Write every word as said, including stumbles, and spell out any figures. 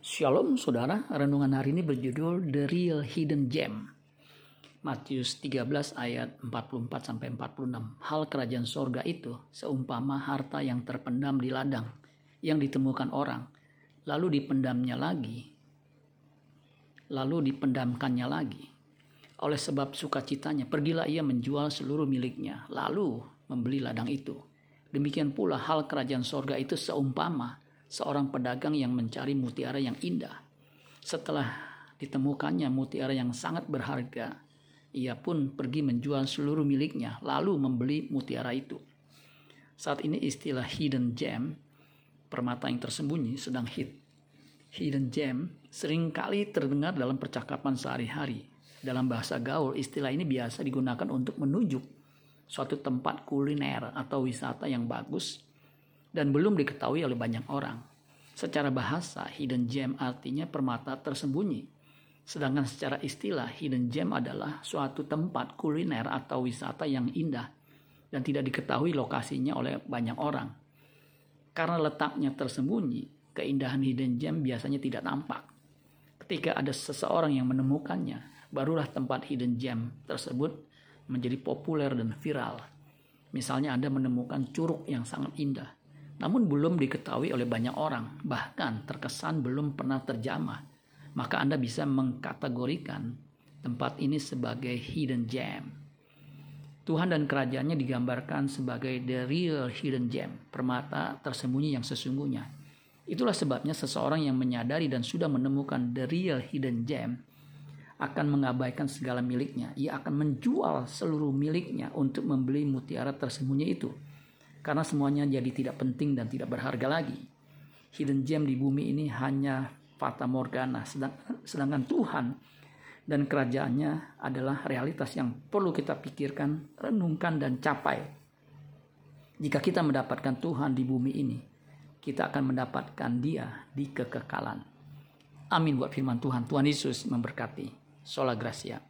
Shalom saudara, renungan hari ini berjudul The Real Hidden Gem. Matius tiga belas ayat empat puluh empat sampai empat puluh enam. Hal kerajaan sorga itu seumpama harta yang terpendam di ladang, yang ditemukan orang, lalu dipendamnya lagi, lalu dipendamkannya lagi. Oleh sebab sukacitanya, pergilah ia menjual seluruh miliknya, lalu membeli ladang itu. Demikian pula hal kerajaan sorga itu seumpama seorang pedagang yang mencari mutiara yang indah. Setelah ditemukannya mutiara yang sangat berharga, ia pun pergi menjual seluruh miliknya, lalu membeli mutiara itu. Saat ini istilah hidden gem, permata yang tersembunyi, sedang hit. Hidden gem seringkali terdengar dalam percakapan sehari-hari. Dalam bahasa gaul, istilah ini biasa digunakan untuk menunjuk suatu tempat kuliner atau wisata yang bagus dan belum diketahui oleh banyak orang. Secara bahasa, hidden gem artinya permata tersembunyi. Sedangkan secara istilah, hidden gem adalah suatu tempat kuliner atau wisata yang indah dan tidak diketahui lokasinya oleh banyak orang. Karena letaknya tersembunyi, keindahan hidden gem biasanya tidak nampak. Ketika ada seseorang yang menemukannya, barulah tempat hidden gem tersebut menjadi populer dan viral. Misalnya Anda menemukan curug yang sangat indah, namun belum diketahui oleh banyak orang, bahkan terkesan belum pernah terjamah, maka Anda bisa mengkategorikan tempat ini sebagai hidden gem. Tuhan dan kerajaannya digambarkan sebagai the real hidden gem, permata tersembunyi yang sesungguhnya. Itulah sebabnya seseorang yang menyadari dan sudah menemukan the real hidden gem akan mengabaikan segala miliknya. Ia akan menjual seluruh miliknya untuk membeli mutiara tersembunyi itu. Karena semuanya jadi tidak penting dan tidak berharga lagi. Hidden gem di bumi ini hanya fata morgana, sedangkan Tuhan dan kerajaannya adalah realitas yang perlu kita pikirkan, renungkan, dan capai. Jika kita mendapatkan Tuhan di bumi ini, kita akan mendapatkan Dia di kekekalan. Amin buat firman Tuhan. Tuhan Yesus memberkati. Sola Gracia.